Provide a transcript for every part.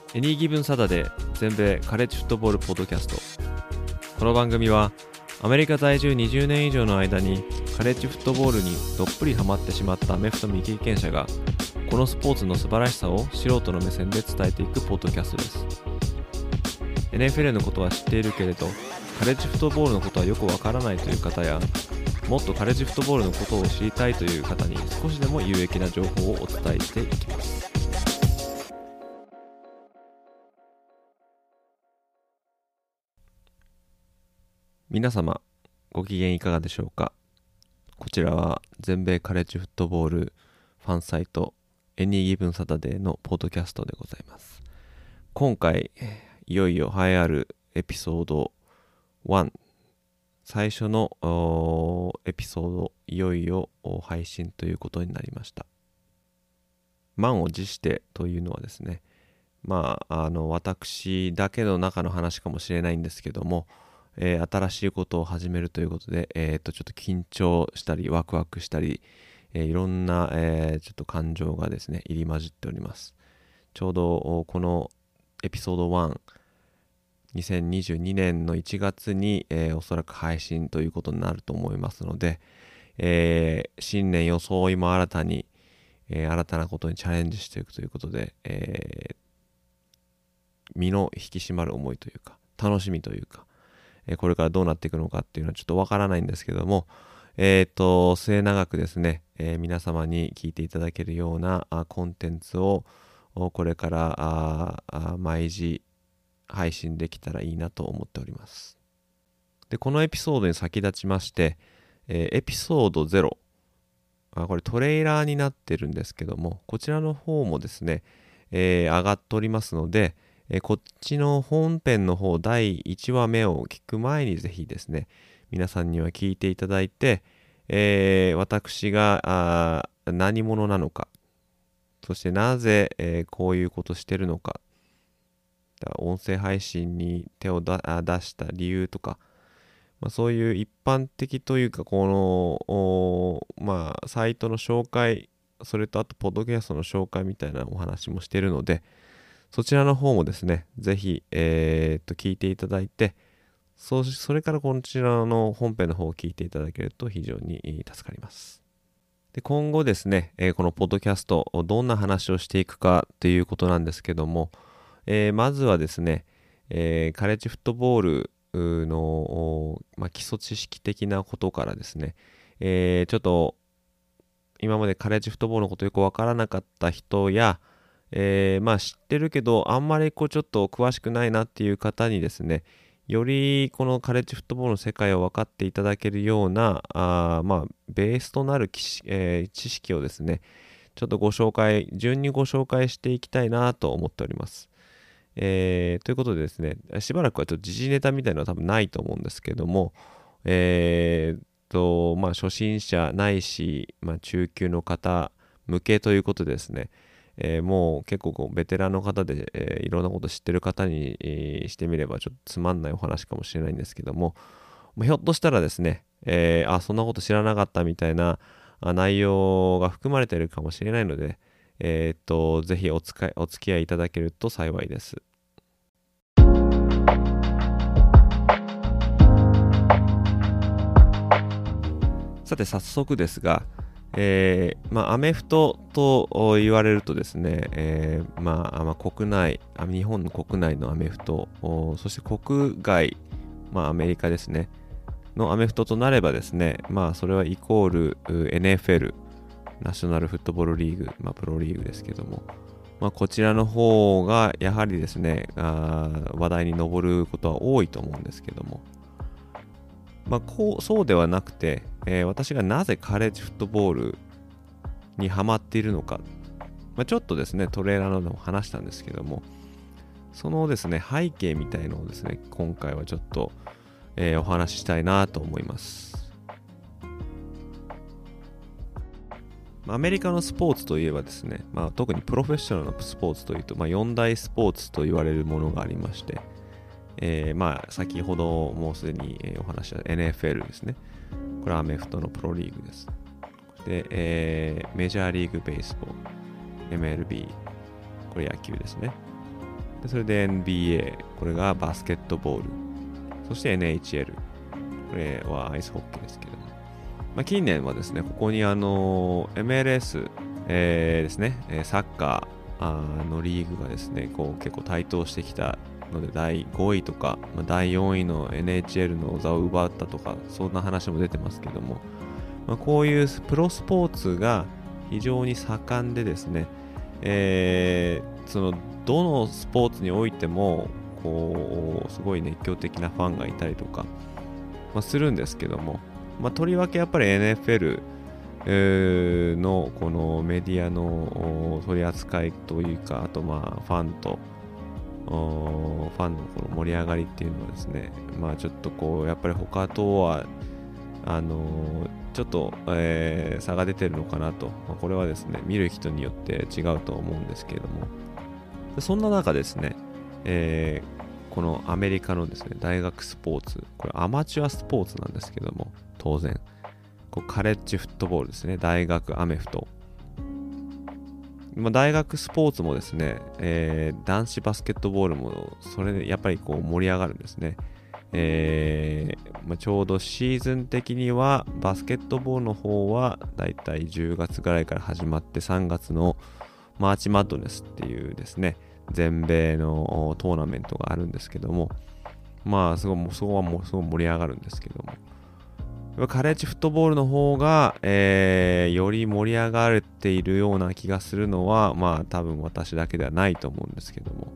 エニーギブンサタデー全米カレッジフットボールポッドキャスト。この番組はアメリカ在住20年以上の間にカレッジフットボールにどっぷりハマってしまったアメフト未経験者がこのスポーツの素晴らしさを素人の目線で伝えていくポッドキャストです。 NFL のことは知っているけれどカレッジフットボールのことはよくわからないという方や、もっとカレッジフットボールのことを知りたいという方に少しでも有益な情報をお伝えしていきます。皆様ご機嫌いかがでしょうか。こちらは全米カレッジフットボールファンサイトエニーギブンサタデーのポッドキャストでございます。今回いよいよ栄えあるエピソード1、最初のエピソードいよいよ配信ということになりました。満を持してというのはですね、私だけの中の話かもしれないんですけども、新しいことを始めるということで、ちょっと緊張したりワクワクしたり、いろんな、ちょっと感情がですね入り混じっております。ちょうどこのエピソード1、2022年の1月に、おそらく配信ということになると思いますので、新年装いも新たに、新たなことにチャレンジしていくということで、身の引き締まる思いというか楽しみというか、これからどうなっていくのかっていうのはちょっとわからないんですけども、末永くですね、皆様に聞いていただけるようなコンテンツをこれから毎時配信できたらいいなと思っております。で、このエピソードに先立ちまして、エピソード0、これトレーラーになってるんですけども、こちらの方もですね、上がっておりますので、こっちの本編の方第1話目を聞く前にぜひですね皆さんには聞いていただいて、私が何者なのか、そしてなぜ、こういうことしてるのか、音声配信に手を出した理由とか、そういう一般的というかこのサイトの紹介、それとあとポッドキャストの紹介みたいなお話もしているので、そちらの方もですねぜひ、聞いていただいて、それからこちらの本編の方を聞いていただけると非常に助かります。で、今後ですね、このポッドキャストどんな話をしていくかということなんですけども、まずはですね、カレッジフットボールの、基礎知識的なことからですね、ちょっと今までカレッジフットボールのことよくわからなかった人や、知ってるけどあんまりちょっと詳しくないなっていう方にですね、よりこのカレッジフットボールの世界を分かっていただけるようなベースとなる知識をですねちょっと順にご紹介していきたいなと思っております。ということでですね、しばらくはちょっと時事ネタみたいなのは多分ないと思うんですけども、初心者ないし、中級の方向けということでですね、もう結構ベテランの方で、いろんなこと知ってる方に、してみればちょっとつまんないお話かもしれないんですけども、ひょっとしたらですね、そんなこと知らなかったみたいな内容が含まれているかもしれないので、ぜひお付き合いいただけると幸いです。さて早速ですが、アメフトと言われるとですね、国内、日本の国内のアメフト、そして国外、アメリカですねのアメフトとなればですね、それはイコール NFL、ナショナルフットボールリーグ、プロリーグですけども、こちらの方がやはりですね話題に上ることは多いと思うんですけども、そうではなくて、私がなぜカレッジフットボールにハマっているのか、ちょっとですねトレーラーなども話したんですけども、そのですね背景みたいのをですね今回はちょっと、お話ししたいなと思います。アメリカのスポーツといえばですね、特にプロフェッショナルのスポーツというと、4大スポーツと言われるものがありまして、先ほどもうすでにお話した NFL ですね。これはアメフトのプロリーグです。で、メジャーリーグベースボール MLB、これ野球ですね。 でそれで NBA、これがバスケットボール、そして NHL、これはアイスホッケーですけども、近年はですね、ここにMLS、ですね、サッカーのリーグがですね、こう結構台頭してきたので、第5位とか、第4位の NHL の座を奪ったとか、そんな話も出てますけども、こういうプロスポーツが非常に盛んでですね、どのスポーツにおいてもこうすごい熱狂的なファンがいたりとか、するんですけども、とりわけやっぱり NFL のこのメディアの取り扱いというか、あとファンのこの盛り上がりっていうのはですね、ちょっとこうやっぱり他とはちょっと、差が出てるのかなと、これはですね、見る人によって違うと思うんですけれども、そんな中ですね、このアメリカのですね、大学スポーツ、これアマチュアスポーツなんですけども、当然カレッジフットボールですね、大学アメフト、大学スポーツもですね、男子バスケットボールもそれでやっぱりこう盛り上がるんですね。ちょうどシーズン的にはバスケットボールの方はだいたい10月ぐらいから始まって3月のマーチマッドネスっていうですね、全米のトーナメントがあるんですけども、そこはもうすごい盛り上がるんですけども、カレッジフットボールの方が、より盛り上がっているような気がするのは、多分私だけではないと思うんですけども、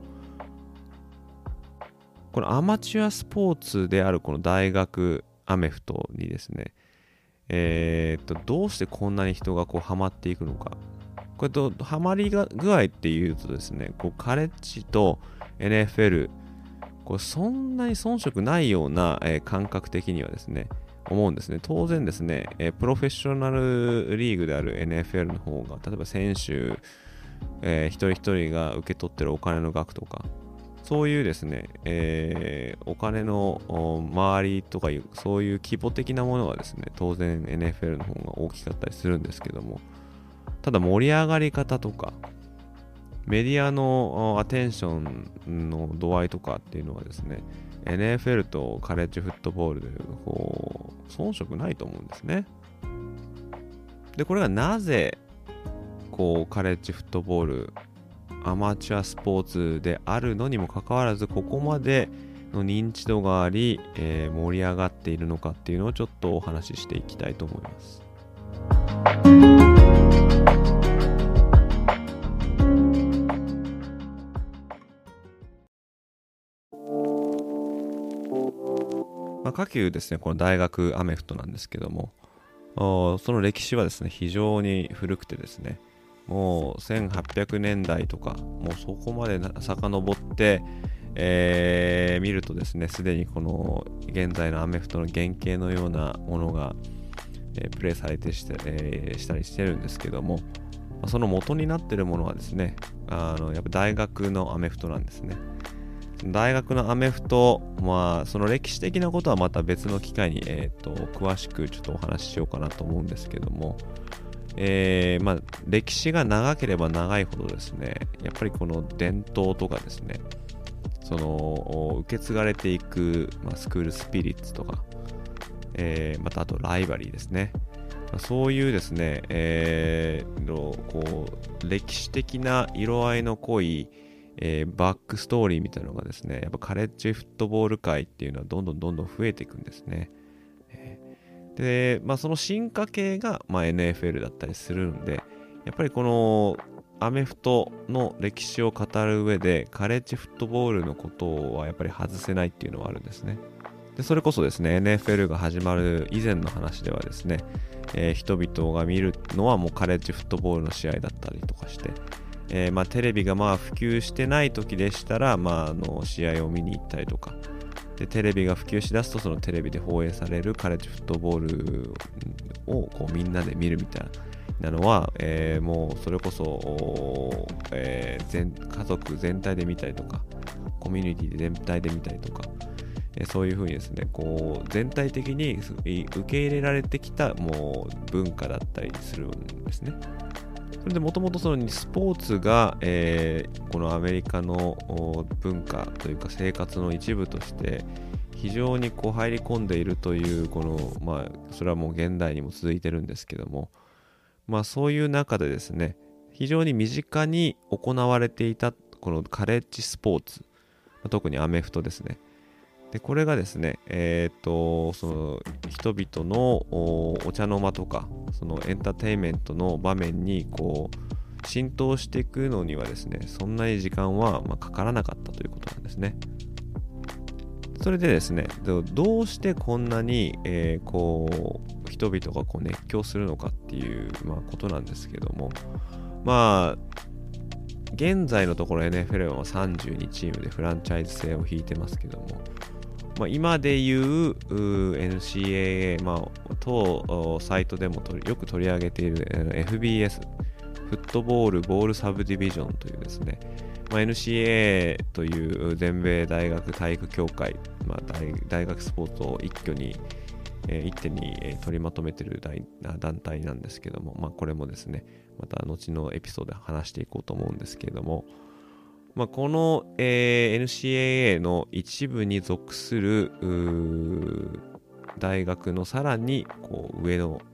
このアマチュアスポーツであるこの大学アメフトにですね、どうしてこんなに人がこうハマっていくのか。これハマり具合っていうとですね、カレッジと NFL、そんなに遜色ないような、感覚的にはですね、思うんですね。当然ですね、プロフェッショナルリーグである NFL の方が、例えば選手、一人一人が受け取ってるお金の額とか、そういうですね、お金の周りとかいう、そういう規模的なものはですね、当然 NFL の方が大きかったりするんですけども、ただ盛り上がり方とか、メディアのアテンションの度合いとかっていうのはですね、NFL とカレッジフットボールで遜色ないと思うんですね。で、これがなぜカレッジフットボールアマチュアスポーツであるのにもかかわらず、ここまでの認知度があり、盛り上がっているのかっていうのをちょっとお話ししていきたいと思います。下級ですね、この大学アメフトなんですけども、その歴史はですね、非常に古くてですね、もう1800年代とか、もうそこまで遡って、見るとですね、すでにこの現在のアメフトの原型のようなものが、プレイされてしたりしてるんですけども、その元になっているものはですね、やっぱ大学のアメフトなんですね。大学のアメフト、その歴史的なことはまた別の機会に、詳しくちょっとお話ししようかなと思うんですけども、歴史が長ければ長いほどですね、やっぱりこの伝統とかですね、その受け継がれていく、スクールスピリッツとか、またあとライバリーですね、そういうですね、歴史的な色合いの濃い、バックストーリーみたいなのがですね、やっぱカレッジフットボール界っていうのはどんどん増えていくんですね。で、その進化系が、NFL だったりするんで、やっぱりこのアメフトの歴史を語る上でカレッジフットボールのことはやっぱり外せないっていうのはあるんですね。で、それこそですね、NFL が始まる以前の話ではですね、人々が見るのはもうカレッジフットボールの試合だったりとかして、テレビが普及してない時でしたら、試合を見に行ったりとかで、テレビが普及しだすとそのテレビで放映されるカレッジフットボールをみんなで見るみたいなのは、もうそれこそ、家族全体で見たりとか、コミュニティ全体で見たりとか、そういう風にですね、全体的に受け入れられてきたもう文化だったりするんですね。 それでもともとそのスポーツが、このアメリカの文化というか生活の一部として非常にこう入り込んでいるというこの、それはもう現代にも続いてるんですけども、そういう中でですね、非常に身近に行われていたこのカレッジスポーツ、特にアメフトですね。でこれがですね、その人々のお茶の間とかそのエンターテインメントの場面にこう浸透していくのにはですね、そんなに時間はかからなかったということなんですね。それでですね、どうしてこんなに、こう人々がこう熱狂するのかっていう、ことなんですけども、現在のところ NFL は32チームでフランチャイズ制を引いてますけども、今でいう NCAA、当サイトでもよく取り上げている FBS、フットボールボールサブディビジョンというですね、NCAA という全米大学体育協会、大学スポーツを一手に取りまとめている団体なんですけども、これもですね、また後のエピソードで話していこうと思うんですけれども、この、NCAA の一部に属する大学のさらにこう上の、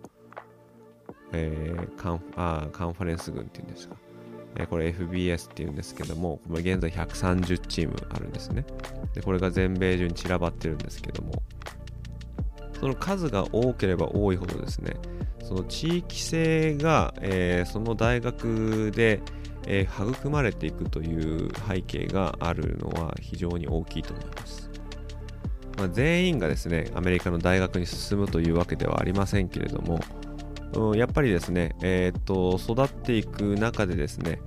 カンファレンス群っていうんですか、これ FBS っていうんですけども、現在130チームあるんですね。でこれが全米中に散らばってるんですけども、その数が多ければ多いほどですね、その地域性が、その大学で、育まれていくという背景があるのは非常に大きいと思います。全員がですね、アメリカの大学に進むというわけではありませんけれども、やっぱりですね、育っていく中でですね、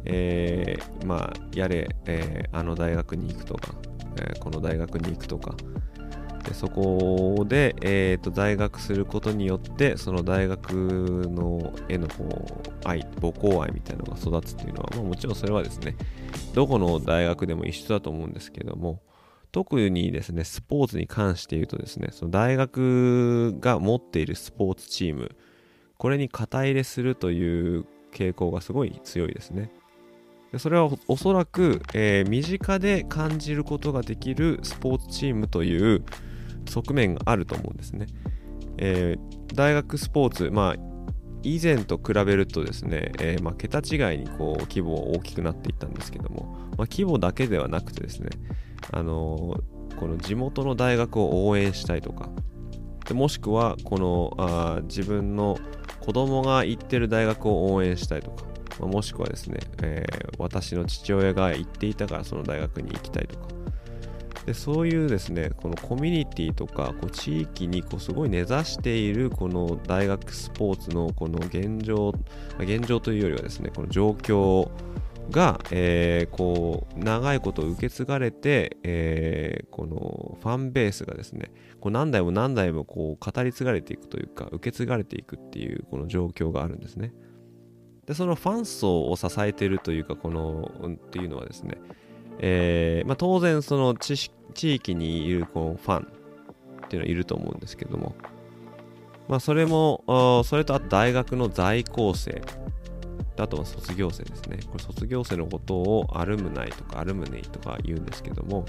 あの大学に行くとか、この大学に行くとか、でそこで、在学することによってその大学のへの母校愛みたいなのが育つっていうのは、もちろんそれはですね、どこの大学でも一緒だと思うんですけども、特にですねスポーツに関して言うとですね、その大学が持っているスポーツチーム、これに肩入れするという傾向がすごい強いですね。でそれはおそらく、身近で感じることができるスポーツチームという側面があると思うんですね。大学スポーツ、以前と比べるとですね、桁違いにこう規模は大きくなっていったんですけども、規模だけではなくてですね、この地元の大学を応援したいとか、でもしくはこの自分の子供が行ってる大学を応援したいとか、もしくはですね、私の父親が行っていたからその大学に行きたいとか、でそういうですね、このコミュニティとかこう地域にこうすごい根ざしているこの大学スポーツのこの現状というよりはですね、この状況が、こう長いこと受け継がれて、このファンベースがですね、こう何代も何代もこう語り継がれていくというか、受け継がれていくっていうこの状況があるんですね。でそのファン層を支えているというか、このっていうのはですね、当然その地域にいるこのファンっていうのはいると思うんですけども、それとあと大学の在校生、あとは卒業生ですね。これ卒業生のことをアルムナイとかアルムネイとか言うんですけども、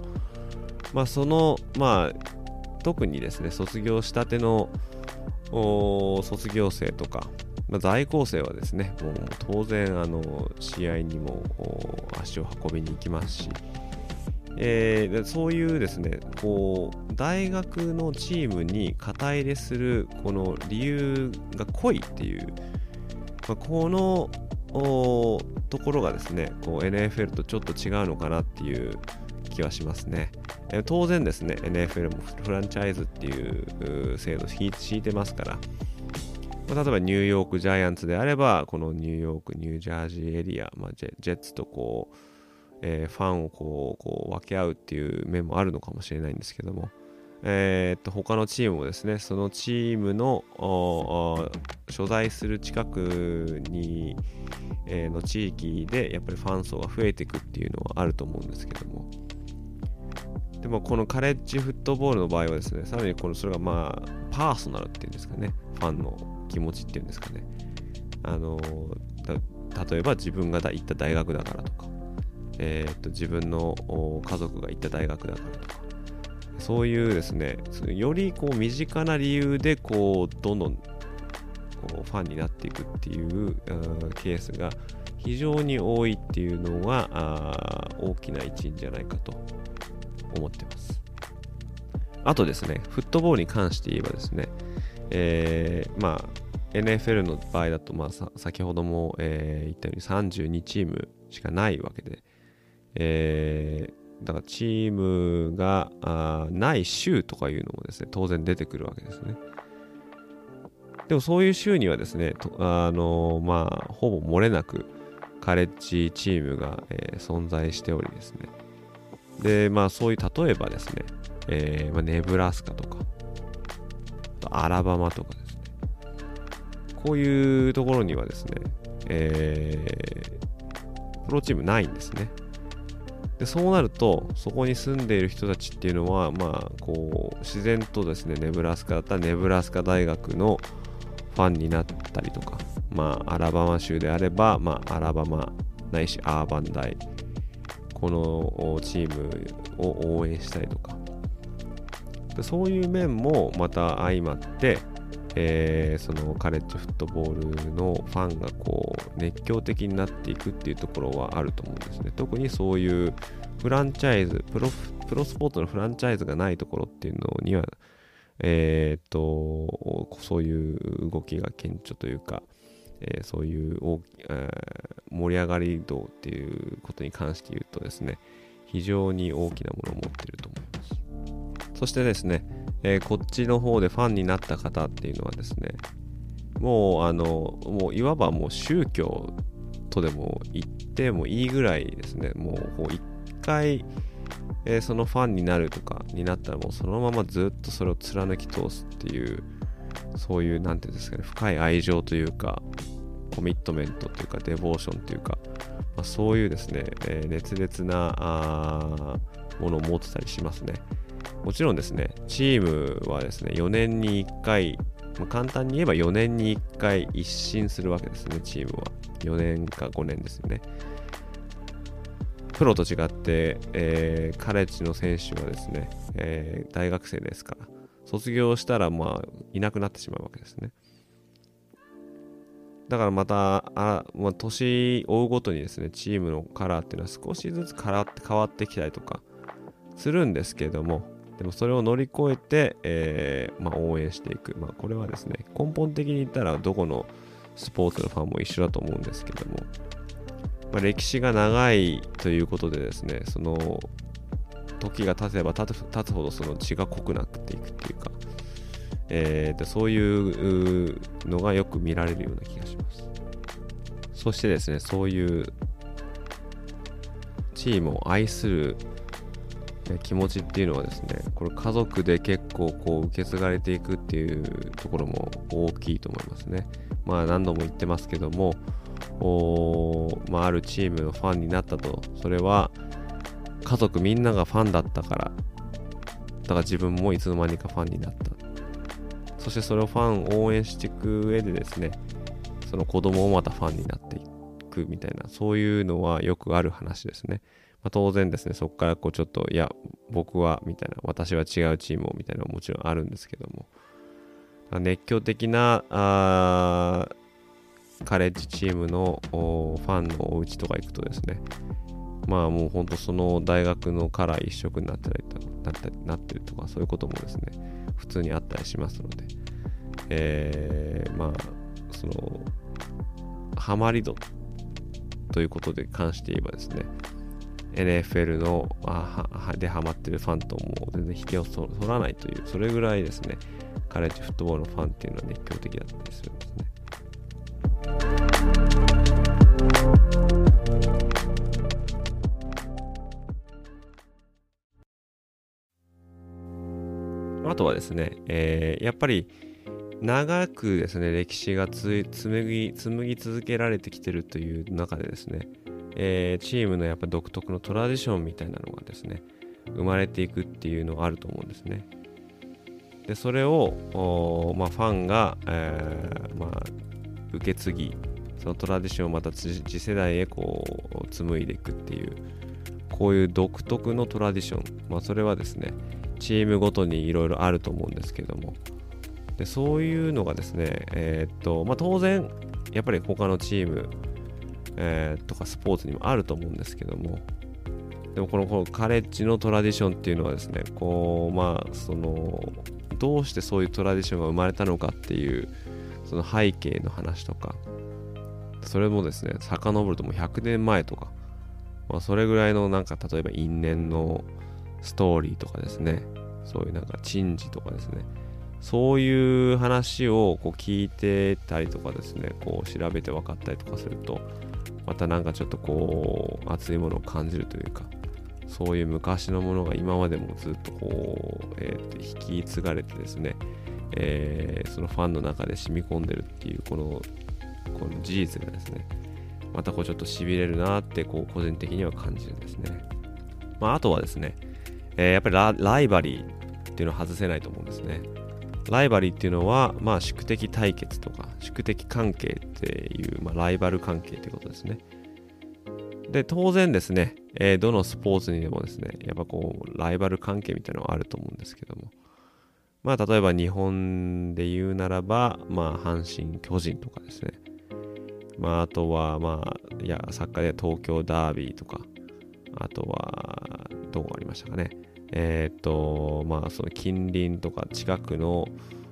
特にですね、卒業したての卒業生とか、在校生はですね、もう当然試合にも足を運びに行きますし、そういうですね、こう大学のチームに肩入れするこの理由が濃いっていう、このところがですね、こう NFL とちょっと違うのかなっていう気はしますね。当然ですね、NFL もフランチャイズっていう制度を敷いてますから、例えばニューヨークジャイアンツであれば、このニューヨーク、ニュージャージーエリア、ジェッツとこう、ファンをこう分け合うっていう面もあるのかもしれないんですけども、他のチームもですね、そのチームの所在する近くに、の地域でやっぱりファン層が増えていくっていうのはあると思うんですけども、でもこのカレッジフットボールの場合はですね、さらにそれがパーソナルっていうんですかね、ファンの気持ちっていうんですかね、 例えば自分が行った大学だからとか、自分の家族が行った大学だからとか、そういうですね、より身近な理由でどんどんファンになっていくっていうケースが非常に多いっていうのが大きな一因じゃないかと思ってます。あとですね、フットボールに関して言えばですね、NFL の場合だと、先ほども、言ったように32チームしかないわけで、だからチームがない州とかいうのもですね、当然出てくるわけですね。でもそういう州にはですね、ほぼ漏れなくカレッジチームが、存在しておりですね。で、そういう例えばですね、ネブラスカとか、アラバマとかですね、こういうところにはですね、プロチームないんですね。でそうなると、そこに住んでいる人たちっていうのは、自然とですね、ネブラスカだったらネブラスカ大学のファンになったりとか、アラバマ州であれば、アラバマないしアーバン大、このチームを応援したりとか、でそういう面もまた相まって、そのカレッジフットボールのファンが熱狂的になっていくっていうところはあると思うんですね。特にそういうフランチャイズ、プロスポーツのフランチャイズがないところっていうのには、そういう動きが顕著というか、そういう盛り上がり度っていうことに関して言うとですね、非常に大きなものを持っていると思います。そしてですね、こっちの方でファンになった方っていうのはですね、もういわばもう宗教とでも言ってもいいぐらいですね、もう一回、そのファンになるとかになったらもうそのままずっとそれを貫き通すっていう、そういうなんていうんですかね、深い愛情というかコミットメントというかデボーションというか、そういうですね、熱烈なものを持ってたりしますね。もちろんですね、チームはですね、4年に1回、簡単に言えば4年に1回一新するわけですね、チームは。4年か5年ですよね。プロと違って、カレッジの選手はですね、大学生ですから、卒業したらいなくなってしまうわけですね。だからまた年追うごとにですね、チームのカラーっていうのは少しずつ変わってきたりとかするんですけれども、でもそれを乗り越えて、応援していく。これはですね、根本的に言ったらどこのスポーツのファンも一緒だと思うんですけども、歴史が長いということでですね、その時が経てば経つほどその血が濃くなっていくっていうか、そういうのがよく見られるような気がします。そしてですね、そういうチームを愛する気持ちっていうのはですね、これ家族で結構受け継がれていくっていうところも大きいと思いますね。何度も言ってますけども、あるチームのファンになったと、それは家族みんながファンだったから、だから自分もいつの間にかファンになった。そしてそれをファンを応援していく上でですね、その子供もまたファンになっていくみたいな、そういうのはよくある話ですね。当然ですね、そこからちょっと、いや、僕はみたいな、私は違うチームをみたいなのももちろんあるんですけども、熱狂的なカレッジチームのファンのお家とか行くとですね、もう本当その大学のカラー一色になってるとか、そういうこともですね、普通にあったりしますので、そのハマり度ということで関して言えばですね、NFL のでハマってるファンとも全然引けを取らないという、それぐらいですね、カレッジフットボールのファンっていうのは熱狂的だったりするんですね。あとはですね、やっぱり長くですね、歴史が紡ぎ続けられてきてるという中でですね、チームのやっぱ独特のトラディションみたいなのがですね、生まれていくっていうのがあると思うんですね。でそれをファンが、受け継ぎ、 そのトラディションをまた次世代へこう紡いでいくっていう、こういう独特のトラディション、それはですねチームごとにいろいろあると思うんですけども、でそういうのがですね当然やっぱり他のチーム、とかスポーツにもあると思うんですけども、でもこのカレッジのトラディションっていうのはですね、どうしてそういうトラディションが生まれたのかっていうその背景の話とか、それもですね遡るともう100年前とか、それぐらいのなんか例えば因縁のストーリーとかですね、そういうなんか珍事とかですね、そういう話をこう聞いてたりとかですね、こう調べて分かったりとかすると、またなんかちょっとこう熱いものを感じるというか、そういう昔のものが今までもずっとこう、引き継がれてですね、そのファンの中で染み込んでるっていうこの事実がですね、またこうちょっと痺れるなってこう個人的には感じるんですね。あとはですね、やっぱりライバリーっていうのを外せないと思うんですね。ライバリーっていうのは、宿敵対決とか宿敵関係っていう、ライバル関係ということですね。で当然ですね、どのスポーツにでもですね、やっぱこうライバル関係みたいなのはあると思うんですけども、例えば日本で言うならば、阪神巨人とかですね、あとはサッカーで東京ダービーとか、あとはどうありましたかね、その近隣とか近くの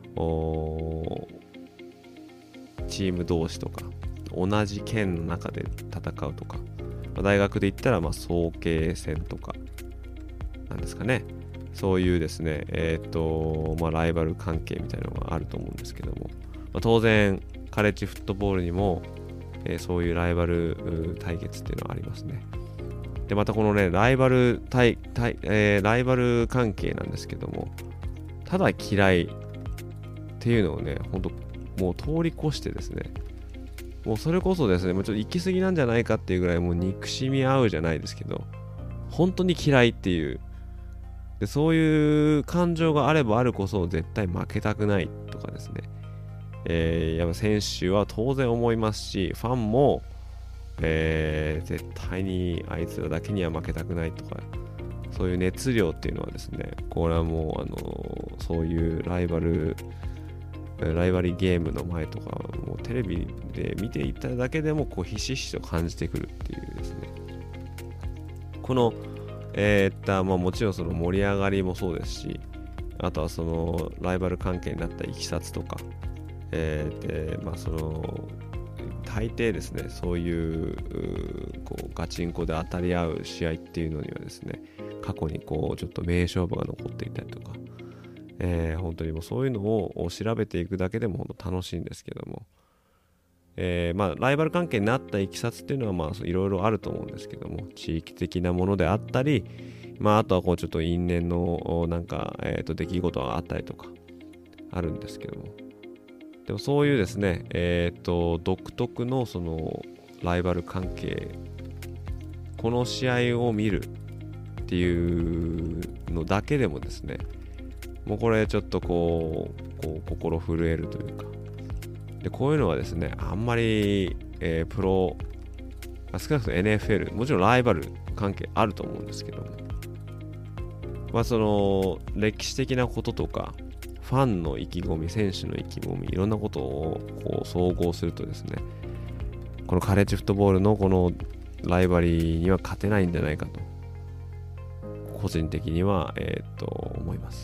チーム同士とか、同じ県の中で戦うとか、大学で言ったら早慶戦とかなんですかね、そういうですねライバル関係みたいなのがあると思うんですけども、当然カレッジフットボールにも、そういうライバル対決っていうのはありますね。でまたこのねライバル関係なんですけども、ただ嫌いっていうのをね、本当もう通り越してですね、もうそれこそですね、もうちょっと行き過ぎなんじゃないかっていうぐらい、もう憎しみ合うじゃないですけど、本当に嫌いっていう、でそういう感情があればあるこそ絶対負けたくないとかですね、やっぱ選手は当然思いますし、ファンも、絶対にあいつらだけには負けたくないとか、そういう熱量っていうのはですね、これはもうそういうライバルゲームの前とか、もうテレビで見ていただけでもこうひしひしと感じてくるっていうですね、このもちろんその盛り上がりもそうですし、あとはそのライバル関係になったいきさつとか、その大抵ですね、そういうこうガチンコで当たり合う試合っていうのにはですね、過去にこうちょっと名勝負が残っていたりとか、本当にもうそういうのを調べていくだけでも本当楽しいんですけども、ライバル関係になったいきさつっていうのはいろいろあると思うんですけども、地域的なものであったり、あとはこうちょっと因縁のなんか、出来事があったりとかあるんですけども、でもそういうですね、独特のそのライバル関係、この試合を見るっていうのだけでもですね、もうこれちょっとこう心震えるというか、でこういうのはですね、あんまり、プロ、少なくとも NFL、もちろんライバル関係あると思うんですけども、その歴史的なこととか、ファンの意気込み、選手の意気込み、いろんなことをこう総合するとですね、このカレッジフットボールのこのライバリーには勝てないんじゃないかと、個人的には、思います。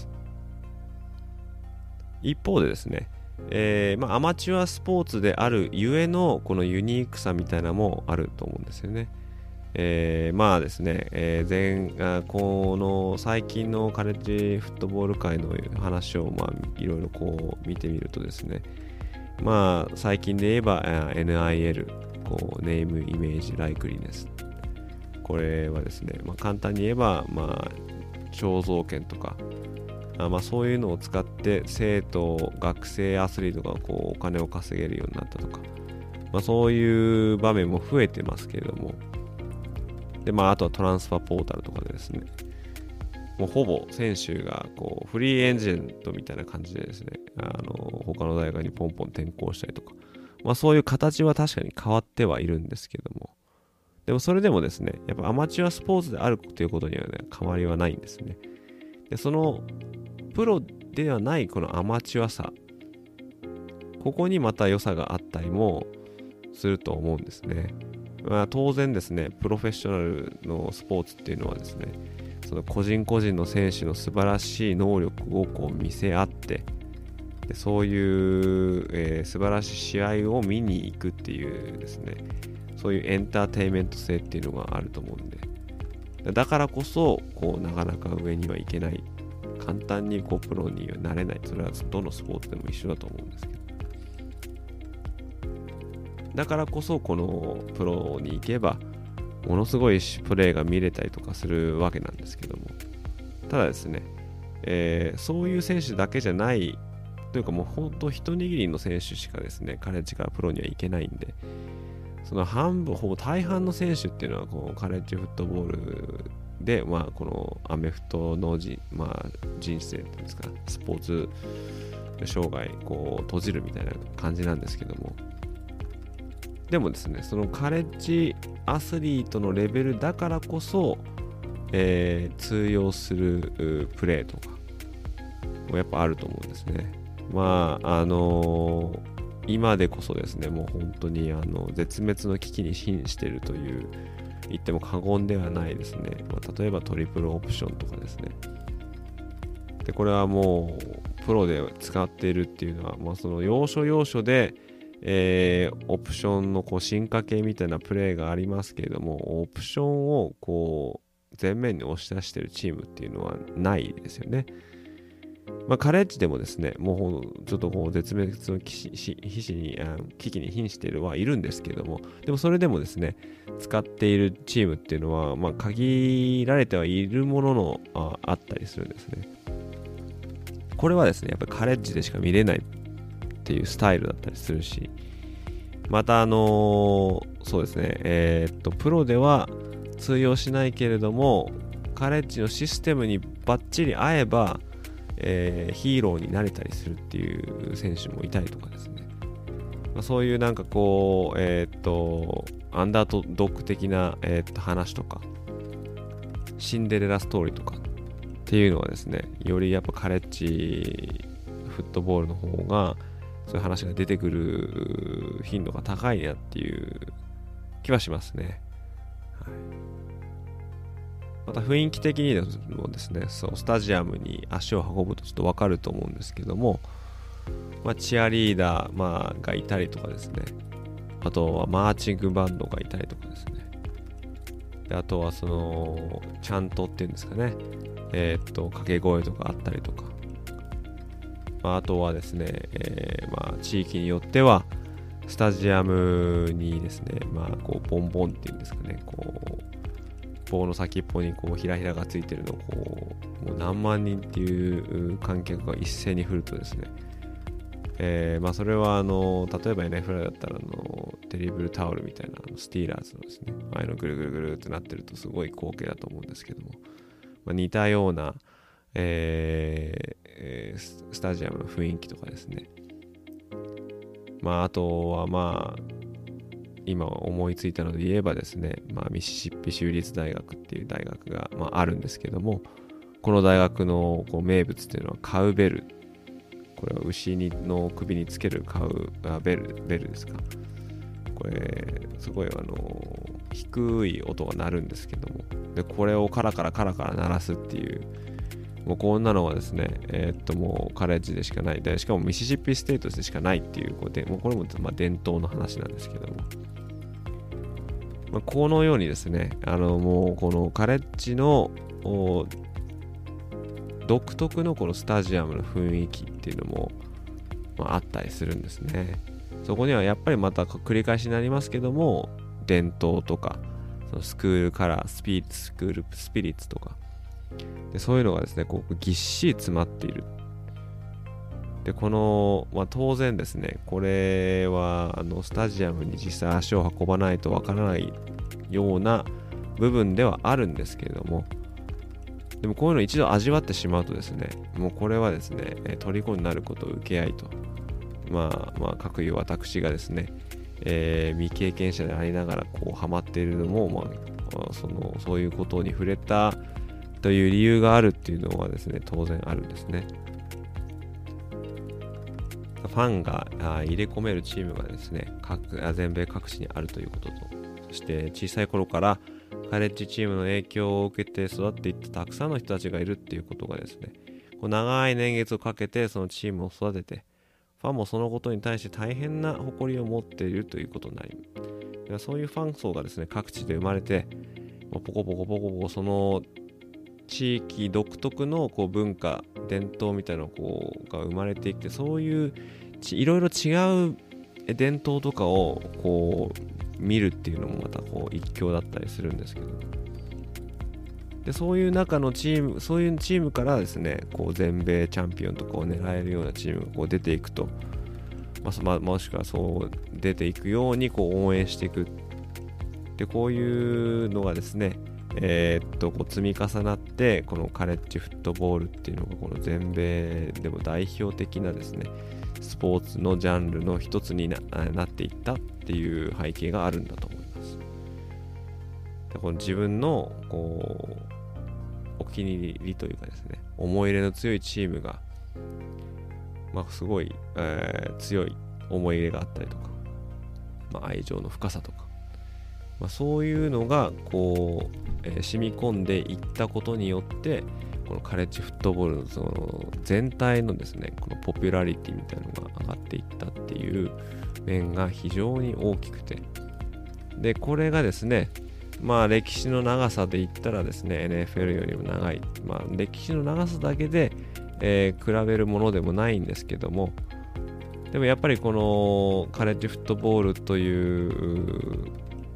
一方でですね、アマチュアスポーツであるゆえのこのユニークさみたいなのもあると思うんですよね。ですね、この最近のカレッジフットボール界の話をいろいろこう見てみるとですね、最近で言えば NIL、こうネームイメージライクリネス、これはですね、簡単に言えば肖像権とか、そういうのを使って生徒、学生アスリートがこうお金を稼げるようになったとか、そういう場面も増えてますけれども、であとはトランスファーポータルとかでですね、もうほぼ選手がこうフリーエージェントみたいな感じでですね、他の大学にポンポン転校したりとか、 そういう形は確かに変わってはいるんですけども、でもそれでもですね、やっぱアマチュアスポーツであるということにはね、変わりはないんですね。で、そのプロではないこのアマチュアさ、ここにまた良さがあったりもすると思うんですね。当然ですね、プロフェッショナルのスポーツっていうのはですね、その個人個人の選手の素晴らしい能力をこう見せ合って、でそういう、素晴らしい試合を見に行くっていうですね、そういうエンターテインメント性っていうのがあると思うんで、だからこそこうなかなか上にはいけない、簡単にこうプロにはなれない、それはどのスポーツでも一緒だと思うんですけど、だからこそこのプロに行けばものすごいプレーが見れたりとかするわけなんですけども、ただですね、そういう選手だけじゃないというか、もう本当一握りの選手しかですね、カレッジからプロには行けないんで、その半分ほぼ大半の選手っていうのはこうカレッジフットボールで、このアメフトの人生っていうんですか、スポーツ生涯こう閉じるみたいな感じなんですけども、でもですね、そのカレッジアスリートのレベルだからこそ、通用するプレーとかもやっぱあると思うんですね。今でこそですね、もう本当に絶滅の危機に瀕しているという言っても過言ではないですね。例えばトリプルオプションとかですね。で、これはもうプロで使っているっていうのは、その要所要所でオプションのこう進化系みたいなプレーがありますけれども、オプションをこう前面に押し出しているチームっていうのはないですよね。カレッジでもですね、もうちょっとこう絶滅の危機に瀕してはいるんですけれども、でもそれでもですね、使っているチームっていうのは、限られてはいるもののあったりするんですね。これはですね、やっぱりカレッジでしか見れないっていうスタイルだったりするし、またそうですね、プロでは通用しないけれども、カレッジのシステムにバッチリ合えば、ヒーローになれたりするっていう選手もいたりとかですね、そういうなんかこうアンダードッグ的な、話とかシンデレラストーリーとかっていうのはですね、よりやっぱカレッジフットボールの方がそういう話が出てくる頻度が高いなっていう気はしますね。はい、また雰囲気的にもですね、そうスタジアムに足を運ぶとちょっと分かると思うんですけども、チアリーダー、がいたりとかですね、あとはマーチングバンドがいたりとかですね、であとはそのチャントっていうんですかね、掛け声とかあったりとか、あとはですね、地域によってはスタジアムにですね、こうボンボンっていうんですかね、こう棒の先っぽにこうひらひらがついてるのをこうもう何万人っていう観客が一斉に振るとですね、それは例えば NFL だったらテリブルタオルみたいなスティーラーズのですね、ああいうのぐるぐるぐるってなってるとすごい光景だと思うんですけども、似たような、スタジアムの雰囲気とかですね、あとは今思いついたので言えばですね、ミシシッピ州立大学っていう大学が、あるんですけども、この大学のこう名物っていうのはカウベル、これは牛の首につけるベルですか。これすごい低い音が鳴るんですけども、でこれをカラカラ鳴らすっていう、もうこんなのはですね、もうカレッジでしかないで、しかもミシシッピステートでしかないっていう、もうこれも伝統の話なんですけども、このようにですね、もうこのカレッジの独特のこのスタジアムの雰囲気っていうのも、あったりするんですね。そこにはやっぱりまた繰り返しになりますけども、伝統とかそのスクールカラースピリッツとかで、そういうのがですねこうぎっしり詰まっている。でこの、当然ですね、これはスタジアムに実際足を運ばないとわからないような部分ではあるんですけれども、でもこういうのを一度味わってしまうとですね、もうこれはですね、虜になることを受け合いと、 各いう私がですね、未経験者でありながらハマっているのも、そういうことに触れたという理由があるっていうのはですね、当然あるんですね。ファンが入れ込めるチームがですね、全米各地にあるということと、そして小さい頃からカレッジチームの影響を受けて育っていったたくさんの人たちがいるっていうことがですね、長い年月をかけてそのチームを育てて、ファンもそのことに対して大変な誇りを持っているということになります。そういうファン層がですね、各地で生まれて、ポコポコその地域独特の文化、伝統みたいなのが生まれていって、そういういろいろ違う伝統とかを見るっていうのもまた一興だったりするんですけど、でそういう中のそういうチームからですね、全米チャンピオンとかを狙えるようなチームが出ていくと、もしくはそう出ていくように応援していくで、こういうのがですね、積み重なって、このカレッジフットボールっていうのがこの全米でも代表的なですね、スポーツのジャンルの一つに なっていったっていう背景があるんだと思います。で、この自分のお気に入りというかですね、思い入れの強いチームが、すごい、強い思い入れがあったりとか、愛情の深さとか、そういうのが染み込んでいったことによって、このカレッジフットボールのその全体のですね、このポピュラリティみたいなのが上がっていったっていう面が非常に大きくて、でこれがですね、歴史の長さで言ったらですね、 NFL よりも長い、歴史の長さだけで、比べるものでもないんですけども、でもやっぱりこのカレッジフットボールという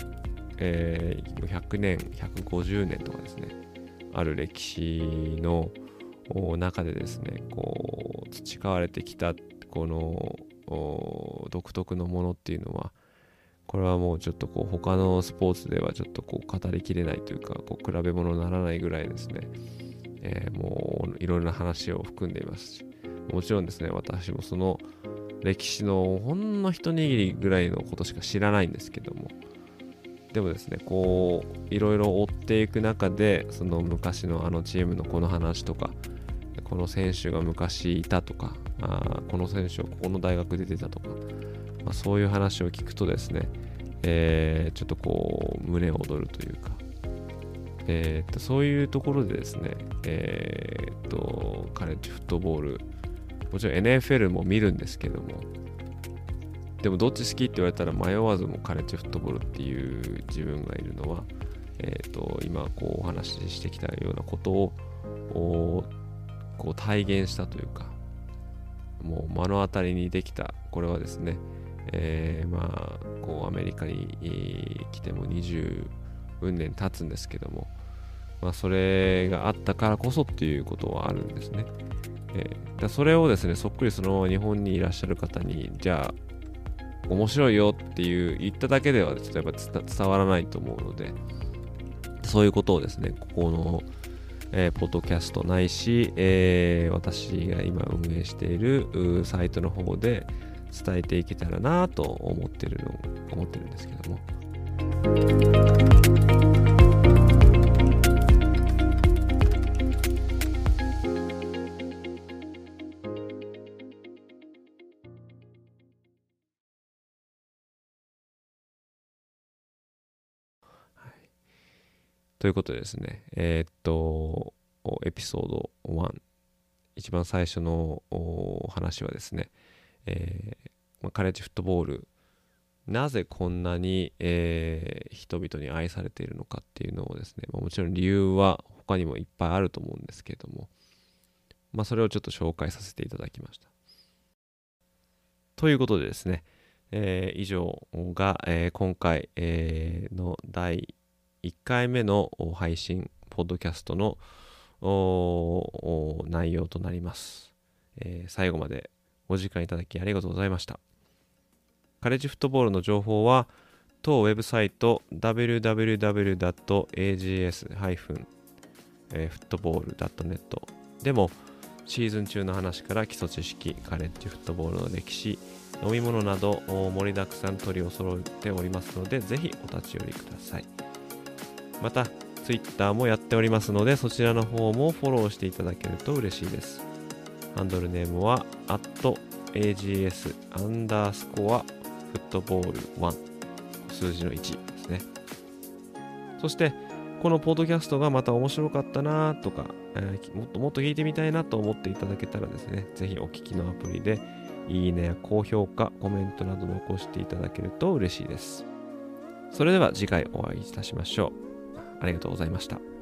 100年、150年とかですね、ある歴史の中でですね、培われてきたこの独特のものっていうのは、これはもうちょっと他のスポーツではちょっと語りきれないというか、比べ物にならないぐらいですね、もういろいろな話を含んでいますし、もちろんですね、私もその歴史のほんの一握りぐらいのことしか知らないんですけども、でもですね、いろいろ追っていく中で、その昔のあのチームのこの話とか、この選手が昔いたとか、この選手はここの大学出てたとか、そういう話を聞くとですね、ちょっと胸を躍るというか、そういうところでですね、カレッジフットボール、もちろん NFL も見るんですけども、でもどっち好きって言われたら迷わずもカレッジフットボールっていう自分がいるのは、今お話ししてきたようなことを体現したというか、もう目の当たりにできた。これはですね、アメリカに来ても20年経つんですけども、それがあったからこそっていうことはあるんですね。それをですね、そっくりそのまま日本にいらっしゃる方に、じゃあ面白いよって言っただけではちょっとやっぱ伝わらないと思うので、そういうことをですね、ここの、ポッドキャストないし、私が今運営しているサイトの方で伝えていけたらなと思ってるんですけども、ということでですね、エピソード1、一番最初の話はですね、カレッジフットボール、なぜこんなに、人々に愛されているのかっていうのをですね、もちろん理由は他にもいっぱいあると思うんですけれども、それをちょっと紹介させていただきました。ということでですね、以上が、今回、の第1回目の配信、ポッドキャストの内容となります。最後までお時間いただきありがとうございました。カレッジフットボールの情報は当ウェブサイト www.ags-football.net でもシーズン中の話から基礎知識、カレッジフットボールの歴史、 飲み物など盛りだくさん取りを揃えておりますので、ぜひお立ち寄りください。また Twitter もやっておりますので、そちらの方もフォローしていただけると嬉しいです。ハンドルネームは@ags_football1 数字の1ですね。そしてこのポッドキャストがまた面白かったなとか、もっともっと聞いてみたいなと思っていただけたらですね、ぜひお聞きのアプリでいいねや高評価、コメントなど残していただけると嬉しいです。それでは次回お会いいたしましょう。ありがとうございました。